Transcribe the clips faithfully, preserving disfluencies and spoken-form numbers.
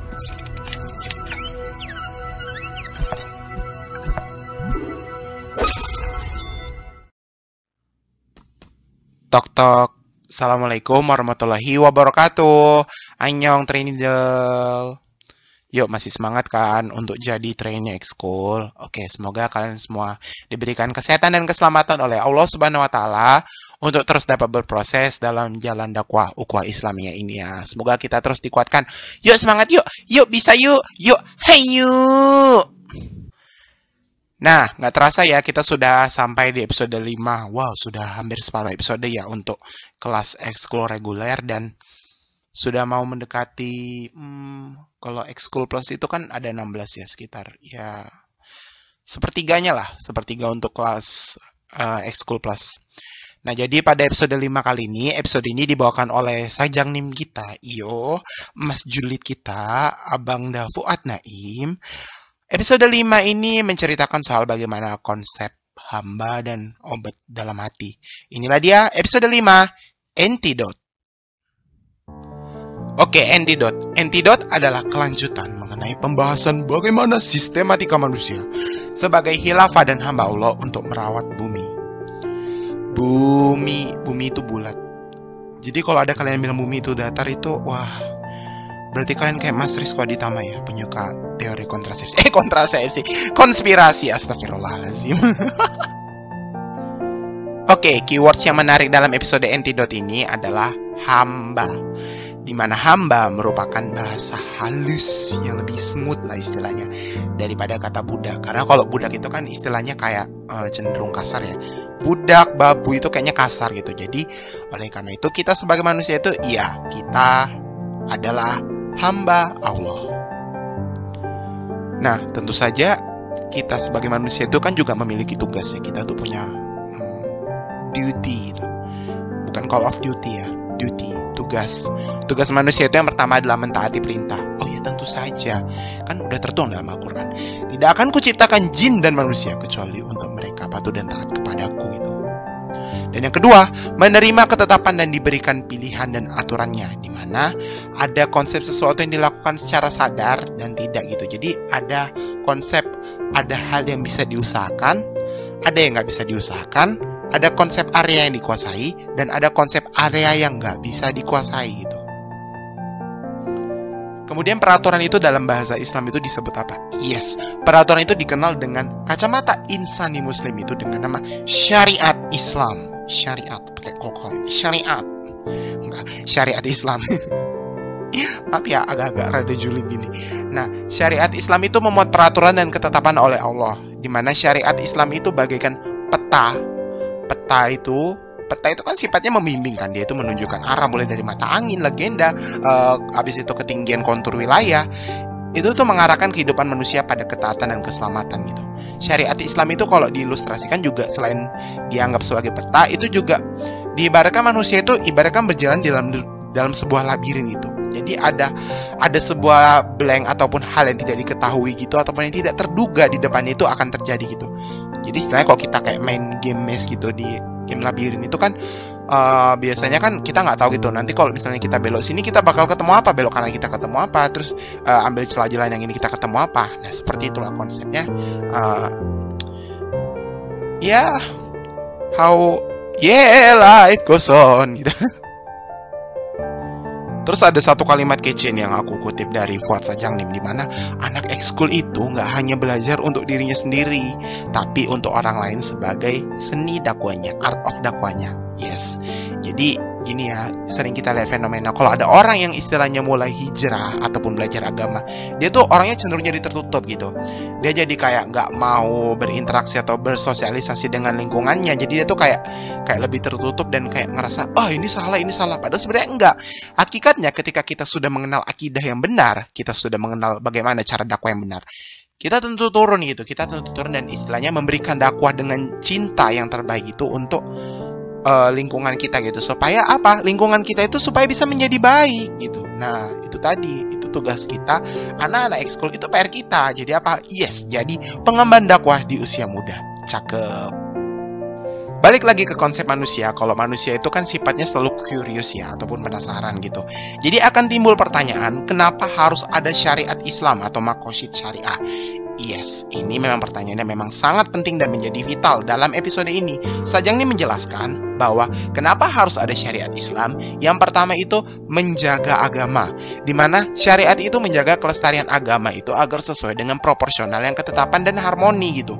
Tok tok. Assalamualaikum warahmatullahi wabarakatuh. Annyeong trainidel. Yuk, masih semangat kan untuk jadi trainee ekskul? Oke, semoga kalian semua diberikan kesehatan dan keselamatan oleh Allah Subhanahu wa taala untuk terus dapat berproses dalam jalan dakwah ukhuwah Islamiyah ini ya. Semoga kita terus dikuatkan. Yuk semangat yuk. Yuk bisa yuk. Yuk, hey yuk. Nah, nggak terasa ya, kita sudah sampai di episode lima. Wow, sudah hampir separuh episode ya untuk kelas ekskul reguler dan sudah mau mendekati, hmm, kalau ekskul plus itu kan ada enam belas ya, sekitar ya sepertiganya lah, sepertiga untuk kelas uh, ekskul plus. Nah, jadi pada episode lima kali ini, episode ini dibawakan oleh Sajang Nim kita, Iyo, Mas Julid kita, Abang Da Fuad Naim. Episode lima ini menceritakan soal bagaimana konsep hamba dan obat dalam hati. Inilah dia episode lima, Antidote. Oke, Antidote. Antidote adalah kelanjutan mengenai pembahasan bagaimana sistematika manusia sebagai khilafah dan hamba Allah untuk merawat bumi. Bumi, bumi itu bulat. Jadi kalau ada kalian bilang bumi itu datar itu, wah, berarti kalian kayak Mas Rizko Aditama ya, penyuka teori kontrasepsi. Eh, kontrasepsi. Konspirasi, astagfirullahaladzim. Oke, keywords yang menarik dalam episode Antidote ini adalah hamba. Di mana hamba merupakan bahasa halus yang lebih smooth lah istilahnya daripada kata budak. Karena kalau budak itu kan istilahnya kayak uh, cenderung kasar ya. Budak, babu itu kayaknya kasar gitu. Jadi, oleh karena itu kita sebagai manusia itu, iya, kita adalah hamba Allah. Nah, tentu saja kita sebagai manusia itu kan juga memiliki tugas ya. Kita tuh punya hmm, duty, bukan call of duty ya, duty, tugas. Tugas manusia itu yang pertama adalah mentaati perintah. Oh ya, tentu saja, kan udah tertuang dalam Al-Quran. Tidak akan kuciptakan jin dan manusia kecuali untuk mereka patuh dan taat kepadaku itu. Dan yang kedua, menerima ketetapan dan diberikan pilihan dan aturannya, di mana ada konsep sesuatu yang dilakukan secara sadar dan tidak gitu. Jadi ada konsep, ada hal yang bisa diusahakan, ada yang nggak bisa diusahakan, ada konsep area yang dikuasai, dan ada konsep area yang nggak bisa dikuasai gitu. Kemudian peraturan itu dalam bahasa Islam itu disebut apa? Yes, peraturan itu dikenal dengan kacamata insani muslim itu dengan nama syariat Islam. Syariat, pakai kokol. Syariat. Enggak, syariat Islam. Maaf ya, agak-agak rada julid gini. Nah, syariat Islam itu memuat peraturan dan ketetapan oleh Allah. Di mana syariat Islam itu bagaikan peta. Peta itu Peta itu kan sifatnya membimbing kan, dia itu menunjukkan arah mulai dari mata angin, legenda, uh, habis itu ketinggian kontur wilayah. Itu tuh mengarahkan kehidupan manusia pada ketaatan dan keselamatan gitu. Syariat Islam itu kalau diilustrasikan juga selain dianggap sebagai peta, itu juga diibaratkan manusia itu ibaratkan berjalan dalam dalam sebuah labirin gitu. Jadi ada ada sebuah blank ataupun hal yang tidak diketahui gitu ataupun yang tidak terduga di depan itu akan terjadi gitu. Jadi istilahnya kalau kita kayak main game maze gitu di game labirin itu kan uh, biasanya kan kita nggak tahu gitu. Nanti kalau misalnya kita belok sini kita bakal ketemu apa, belok kanan kita ketemu apa, terus uh, ambil celah jalan yang ini kita ketemu apa. Nah seperti itulah konsepnya. Uh, ya, yeah, how yeah life goes on gitu. Terus ada satu kalimat kece yang aku kutip dari Fuad Sajang Nim, di mana anak ekskul itu nggak hanya belajar untuk dirinya sendiri, tapi untuk orang lain sebagai seni dakwanya, art of dakwanya. Yes. Jadi gini ya, sering kita lihat fenomena kalau ada orang yang istilahnya mulai hijrah ataupun belajar agama, dia tuh orangnya cenderung jadi tertutup gitu. Dia jadi kayak nggak mau berinteraksi atau bersosialisasi dengan lingkungannya. Jadi dia tuh kayak kayak lebih tertutup dan kayak ngerasa, oh ini salah, ini salah. Padahal sebenarnya enggak. Hakikatnya ketika kita sudah mengenal akidah yang benar, kita sudah mengenal bagaimana cara dakwah yang benar, kita tentu turun gitu. Kita tentu turun dan istilahnya memberikan dakwah dengan cinta yang terbaik itu untuk Uh, lingkungan kita gitu, supaya apa? Lingkungan kita itu supaya bisa menjadi baik gitu. Nah, itu tadi, itu tugas kita, anak-anak ekskul itu P R kita. Jadi apa? Yes, jadi pengemban dakwah di usia muda. Cakep. balik lagi ke konsep manusia. Kalau manusia itu kan sifatnya selalu curious ya, ataupun penasaran gitu. Jadi akan timbul pertanyaan, kenapa harus ada syariat Islam atau makosid syariah? Yes, ini memang pertanyaannya memang sangat penting dan menjadi vital dalam episode ini. Sajang ini menjelaskan bahwa kenapa harus ada syariat Islam. Yang pertama itu menjaga agama, di mana syariat itu menjaga kelestarian agama itu agar sesuai dengan proporsional yang ketetapan dan harmoni gitu.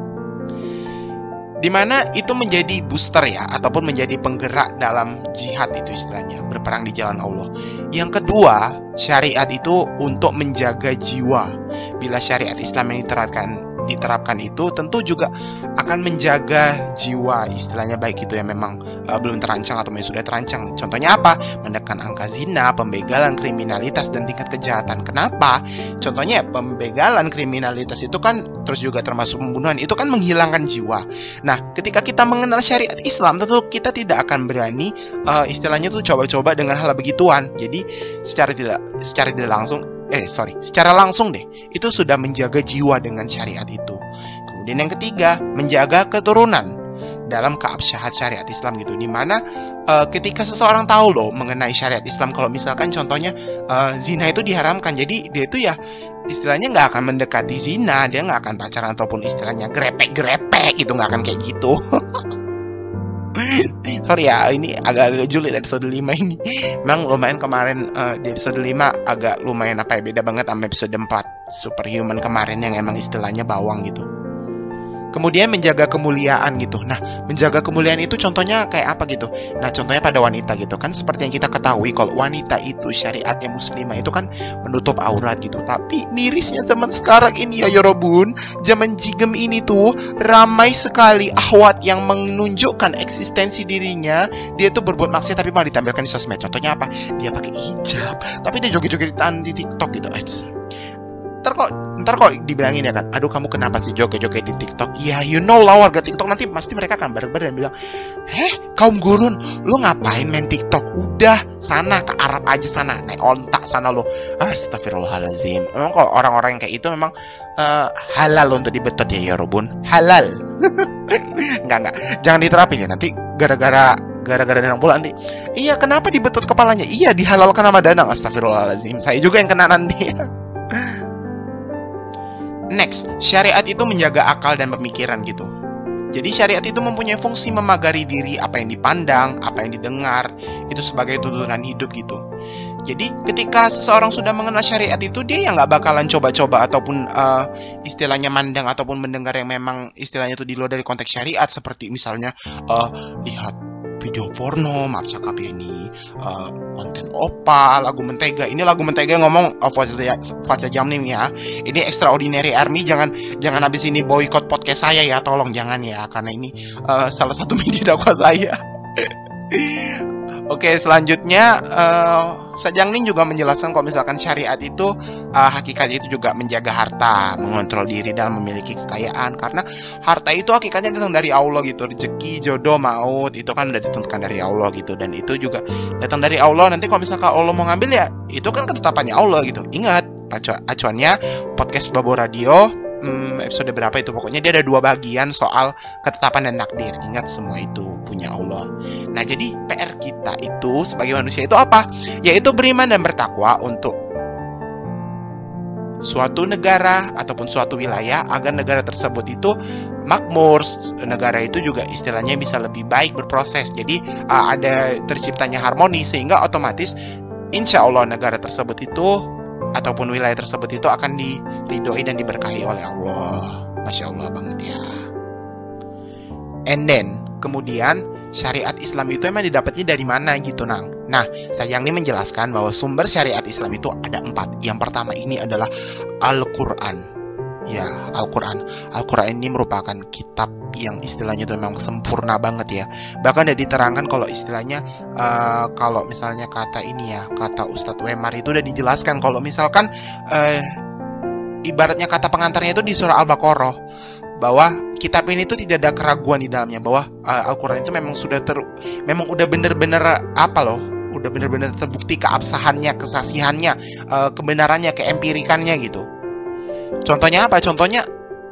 Dimana itu menjadi booster ya, ataupun menjadi penggerak dalam jihad itu istilahnya, berperang di jalan Allah. Yang kedua, syariat itu untuk menjaga jiwa. Bila syariat Islam yang diterapkan diterapkan itu tentu juga akan menjaga jiwa, istilahnya baik itu yang memang uh, belum terancang atau yang sudah terancang. Contohnya apa? Menekan angka zina, pembegalan, kriminalitas, dan tingkat kejahatan. Kenapa? Contohnya pembegalan, kriminalitas itu kan terus juga termasuk pembunuhan, itu kan menghilangkan jiwa. Nah, ketika kita mengenal syariat Islam, tentu kita tidak akan berani uh, istilahnya tuh coba-coba dengan hal begituan. Jadi secara tidak secara tidak langsung Eh, sorry, secara langsung deh, itu sudah menjaga jiwa dengan syariat itu. Kemudian yang ketiga, menjaga keturunan dalam keabsahan syariat Islam gitu. Dimana uh, ketika seseorang tahu loh mengenai syariat Islam, kalau misalkan contohnya uh, zina itu diharamkan, jadi dia itu ya istilahnya nggak akan mendekati zina, dia nggak akan pacaran ataupun istilahnya grepek-grepek gitu, nggak akan kayak gitu. Sorry ya, ini agak-agak julid episode lima ini. Memang lumayan kemarin uh, di episode lima agak lumayan apa ya, beda banget sama episode empat Superhuman kemarin yang emang istilahnya bawang gitu. Kemudian menjaga kemuliaan gitu. Nah, menjaga kemuliaan itu contohnya kayak apa gitu? Nah, contohnya pada wanita gitu kan, seperti yang kita ketahui kalau wanita itu syariatnya muslimah itu kan menutup aurat gitu. Tapi mirisnya zaman sekarang ini ya Yorobun, zaman jigem ini tuh ramai sekali ahwat yang menunjukkan eksistensi dirinya, dia tuh berbuat maksiat tapi malah ditampilkan di sosmed. Contohnya apa? Dia pakai hijab, tapi dia joget-jogetan di TikTok gitu. Ntar kok, ntar kok dibilangin ya kan, aduh kamu kenapa sih joget-joget di TikTok? Ya you know lah, warga TikTok nanti pasti mereka akan bareng-bareng dan bilang, heh kaum gurun, lu ngapain main TikTok? Udah, sana ke Arab aja sana, naik ontak sana lo. Astagfirullahaladzim. Memang kalau orang-orang yang kayak itu memang uh, halal untuk dibetot ya Yorobun, halal. Enggak, enggak, jangan diterapin ya, nanti gara-gara gara-gara Danang pula nanti. Iya, kenapa dibetot kepalanya? Iya, dihalalkan sama Danang. Astagfirullahaladzim, saya juga yang kena nanti. Next, syariat itu menjaga akal dan pemikiran gitu. Jadi syariat itu mempunyai fungsi memagari diri apa yang dipandang, apa yang didengar, itu sebagai tuntunan hidup gitu. Jadi ketika seseorang sudah mengenal syariat itu, dia yang nggak bakalan coba-coba ataupun uh, istilahnya mandang ataupun mendengar yang memang istilahnya itu di luar dari konteks syariat, seperti misalnya uh, lihat video porno, maaf cakap ya ini, uh, konten opa, lagu mentega. Ini lagu mentega ngomong, oh, Faza Jamnim ya. Ini Extraordinary Army, jangan jangan habis ini boykot podcast saya ya, tolong jangan ya, karena ini uh, salah satu media dakwah saya. Oke, selanjutnya uh, Sajangning juga menjelaskan kalau misalkan syariat itu uh, hakikatnya itu juga menjaga harta, mengontrol diri dalam memiliki kekayaan, karena harta itu hakikatnya datang dari Allah gitu. Rezeki, jodoh, maut itu kan udah ditentukan dari Allah gitu, dan itu juga datang dari Allah. Nanti kalau misalkan Allah mau ngambil ya itu kan ketetapannya Allah gitu. Ingat, acuannya podcast Babo Radio Hmm, episode berapa itu, pokoknya dia ada dua bagian soal ketetapan dan takdir. Ingat, semua itu punya Allah. Nah, jadi P R kita itu sebagai manusia itu apa? Yaitu beriman dan bertakwa untuk suatu negara ataupun suatu wilayah, agar negara tersebut itu makmur, negara itu juga istilahnya bisa lebih baik berproses. Jadi uh, ada terciptanya harmoni, sehingga otomatis insya Allah negara tersebut itu ataupun wilayah tersebut itu akan diridhoi dan diberkahi oleh Allah. Masya Allah banget ya. And then, kemudian syariat Islam itu emang didapatnya dari mana gitu nang. Nah, saya ini menjelaskan bahwa sumber syariat Islam itu ada empat. Yang pertama ini adalah Al-Quran. Ya, Al-Quran. Al-Quran ini merupakan kitab yang istilahnya itu memang sempurna banget ya. Bahkan ada diterangkan kalau istilahnya uh, kalau misalnya kata ini ya, kata Ustadz Wemar itu udah dijelaskan kalau misalkan uh, ibaratnya kata pengantarnya itu di surah Al-Baqarah, bahwa kitab ini tuh tidak ada keraguan di dalamnya, bahwa uh, Al-Quran itu memang sudah ter memang udah bener-bener apa loh, udah bener-bener terbukti keabsahannya, kesasihannya, uh, kebenarannya, keempirikannya gitu. Contohnya apa? Contohnya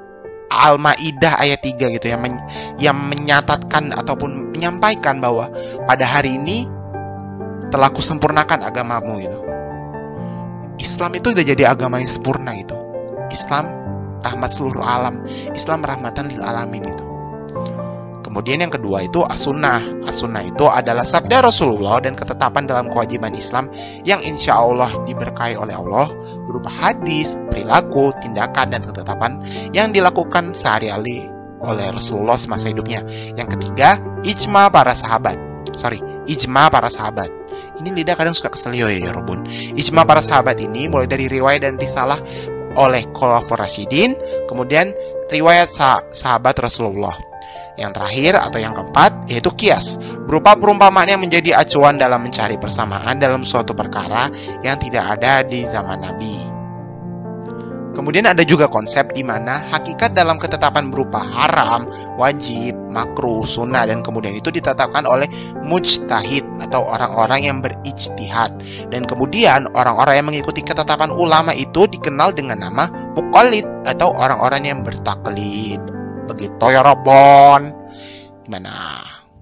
Al-Maidah ayat tiga gitu yang men yang menyatatkan ataupun menyampaikan bahwa pada hari ini telah kusempurnakan agamamu gitu. Islam itu udah jadi agama yang sempurna itu. Islam rahmat seluruh alam. Islam rahmatan lil alamin itu. Kemudian yang kedua itu as-sunnah. As-sunnah itu adalah sabda Rasulullah dan ketetapan dalam kewajiban Islam yang insya Allah diberkahi oleh Allah berupa hadis, perilaku, tindakan, dan ketetapan yang dilakukan sehari-hari oleh Rasulullah semasa hidupnya. Yang ketiga, ijma para sahabat. Sorry, ijma para sahabat. Ini lidah kadang suka kesel ya Robun. Ijma para sahabat ini mulai dari riwayat dan risalah oleh Khulafaur Rasyidin, kemudian riwayat sah sahabat Rasulullah. Yang terakhir atau yang keempat yaitu kias, berupa perumpamaan yang menjadi acuan dalam mencari persamaan dalam suatu perkara yang tidak ada di zaman Nabi. Kemudian ada juga konsep di mana hakikat dalam ketetapan berupa haram, wajib, makruh, sunnah, dan kemudian itu ditetapkan oleh mujtahid atau orang-orang yang berijtihad. Dan kemudian orang-orang yang mengikuti ketetapan ulama itu dikenal dengan nama muqallid atau orang-orang yang bertaklid. Begitu ya Robon. Gimana?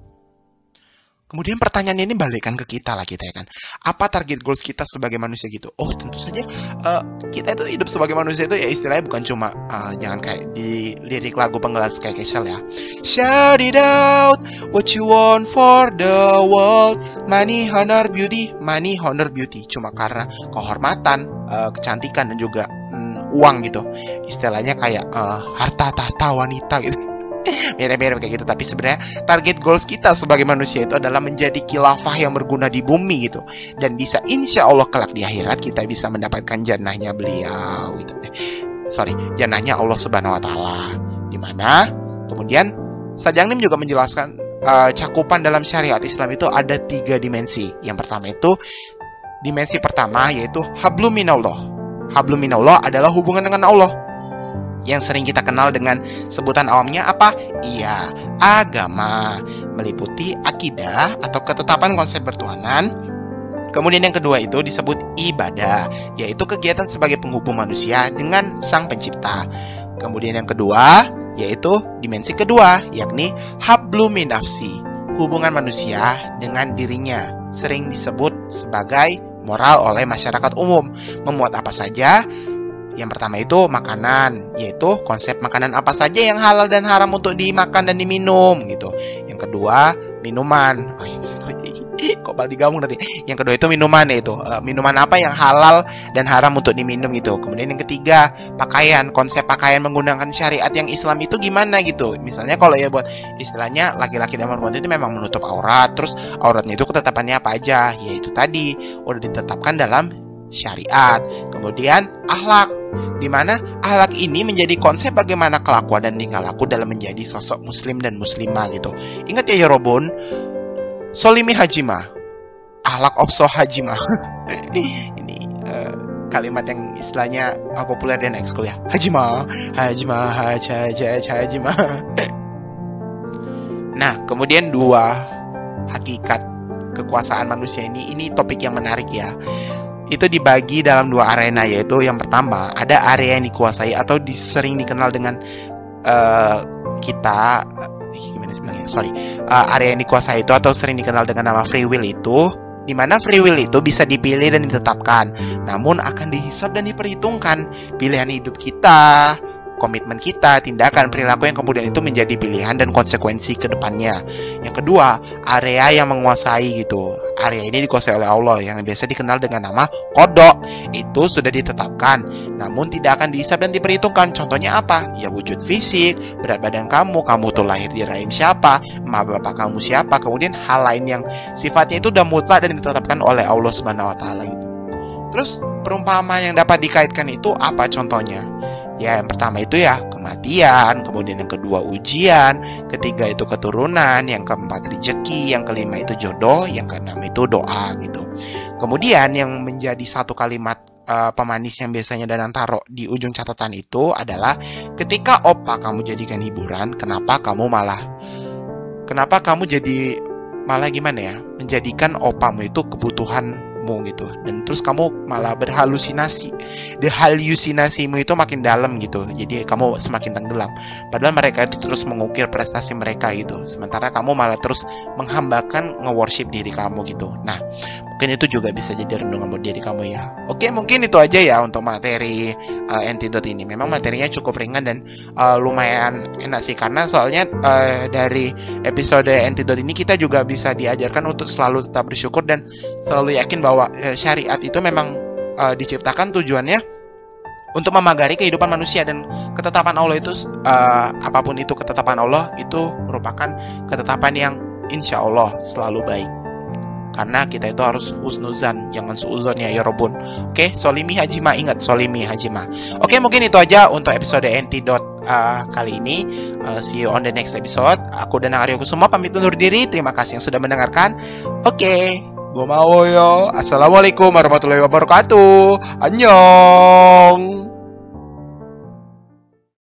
Kemudian pertanyaannya ini balikkan ke kita lah kita ya kan. Apa target goals kita sebagai manusia gitu? Oh tentu saja uh, kita itu hidup sebagai manusia itu ya istilahnya bukan cuma uh, jangan kayak di lirik lagu penggelas kayak Kesel ya. Shout it out, what you want for the world, money, honor, beauty, money, honor, beauty. Cuma karena kehormatan, uh, kecantikan dan juga um, uang gitu. Istilahnya kayak uh, harta tahta wanita gitu. Mirip-mirip kayak gitu, tapi sebenarnya target goals kita sebagai manusia itu adalah menjadi khilafah yang berguna di bumi gitu, dan bisa insya Allah kelak di akhirat kita bisa mendapatkan jannahnya beliau gitu. Eh, sorry, jannahnya Allah Subhanahu Wa Taala. Dimana kemudian Sajangnim juga menjelaskan uh, cakupan dalam syariat Islam itu ada tiga dimensi. Yang pertama itu dimensi pertama yaitu hablum minallah. Hablum minallah adalah hubungan dengan Allah, yang sering kita kenal dengan sebutan awamnya apa? Iya, agama, meliputi akidah atau ketetapan konsep bertuhanan. Kemudian yang kedua itu disebut ibadah, yaitu kegiatan sebagai penghubung manusia dengan Sang Pencipta. Kemudian yang kedua yaitu dimensi kedua, yakni hablum min nafsi, hubungan manusia dengan dirinya, sering disebut sebagai moral oleh masyarakat umum. Memuat apa saja? Yang pertama itu makanan, yaitu konsep makanan apa saja yang halal dan haram untuk dimakan dan diminum gitu. Yang kedua minuman, oh, sorry, kok balik digabung tadi. Yang kedua itu minuman, yaitu uh, minuman apa yang halal dan haram untuk diminum gitu. Kemudian yang ketiga pakaian, konsep pakaian menggunakan syariat yang Islam itu gimana gitu. Misalnya kalau ya buat istilahnya laki-laki dan perempuan itu memang menutup aurat, terus auratnya itu ketetapannya apa aja, yaitu tadi udah ditetapkan dalam syariat. Kemudian akhlak, di mana akhlak ini menjadi konsep bagaimana kelakuan dan tingkah laku dalam menjadi sosok muslim dan muslimah gitu. Ingat ya Yorobun, Solimi Hajimah, akhlak opso Hajimah. Ini uh, kalimat yang istilahnya uh, populer dan ekskul ya. Hajimah, Hajimah, Haj, Haj, Haj, Hajimah. Nah, kemudian dua hakikat kekuasaan manusia ini, ini topik yang menarik ya. Itu dibagi dalam dua arena, yaitu yang pertama ada area yang dikuasai atau disering dikenal dengan uh, kita uh, gimana sebenarnya sorry uh, area yang dikuasai itu atau sering dikenal dengan nama free will itu, di mana free will itu bisa dipilih dan ditetapkan, namun akan dihisab dan diperhitungkan pilihan hidup kita, komitmen kita, tindakan, perilaku yang kemudian itu menjadi pilihan dan konsekuensi ke depannya. Yang kedua, area yang menguasai gitu. Area ini dikuasai oleh Allah yang biasa dikenal dengan nama qada. Itu sudah ditetapkan, namun tidak akan dihisab dan diperhitungkan. Contohnya apa? Ya wujud fisik, berat badan kamu, kamu tuh lahir di rahim siapa, emak bapak kamu siapa, kemudian hal lain yang sifatnya itu udah mutlak dan ditetapkan oleh Allah Subhanahu Wa Taala gitu. Terus perumpamaan yang dapat dikaitkan itu apa contohnya? Ya yang pertama itu ya kematian, kemudian yang kedua ujian, ketiga itu keturunan, yang keempat rezeki, yang kelima itu jodoh, yang keenam itu doa gitu. Kemudian yang menjadi satu kalimat uh, pemanis yang biasanya Danang taruh di ujung catatan itu adalah ketika opa kamu jadikan hiburan, kenapa kamu malah Kenapa kamu jadi malah gimana ya? Menjadikan opamu itu kebutuhan dirimu gitu, dan terus kamu malah berhalusinasi, the halusinasimu itu makin dalam gitu, jadi kamu semakin tenggelam, padahal mereka itu terus mengukir prestasi mereka gitu, sementara kamu malah terus menghambakan nge-worship diri kamu gitu. Nah, mungkin itu juga bisa jadi renungan buat diri kamu ya. Oke, mungkin itu aja ya untuk materi uh, Antidote ini. Memang materinya cukup ringan dan uh, lumayan enak sih, karena soalnya uh, dari episode Antidote ini kita juga bisa diajarkan untuk selalu tetap bersyukur dan selalu yakin bahwa uh, syariat itu memang uh, diciptakan tujuannya untuk memagari kehidupan manusia, dan ketetapan Allah itu uh, apapun itu ketetapan Allah itu merupakan ketetapan yang insya Allah selalu baik. Karena kita itu harus husnuzan, jangan suuzon ya ya Robun. Oke, solimi hajima, ingat solimi hajima. Oke, mungkin itu aja untuk episode Antidote uh, kali ini. uh, See you on the next episode. Aku dan Aryo Kusuma pamit undur diri. Terima kasih yang sudah mendengarkan. Oke, gua mau yo. Assalamualaikum warahmatullahi wabarakatuh. Annyeong.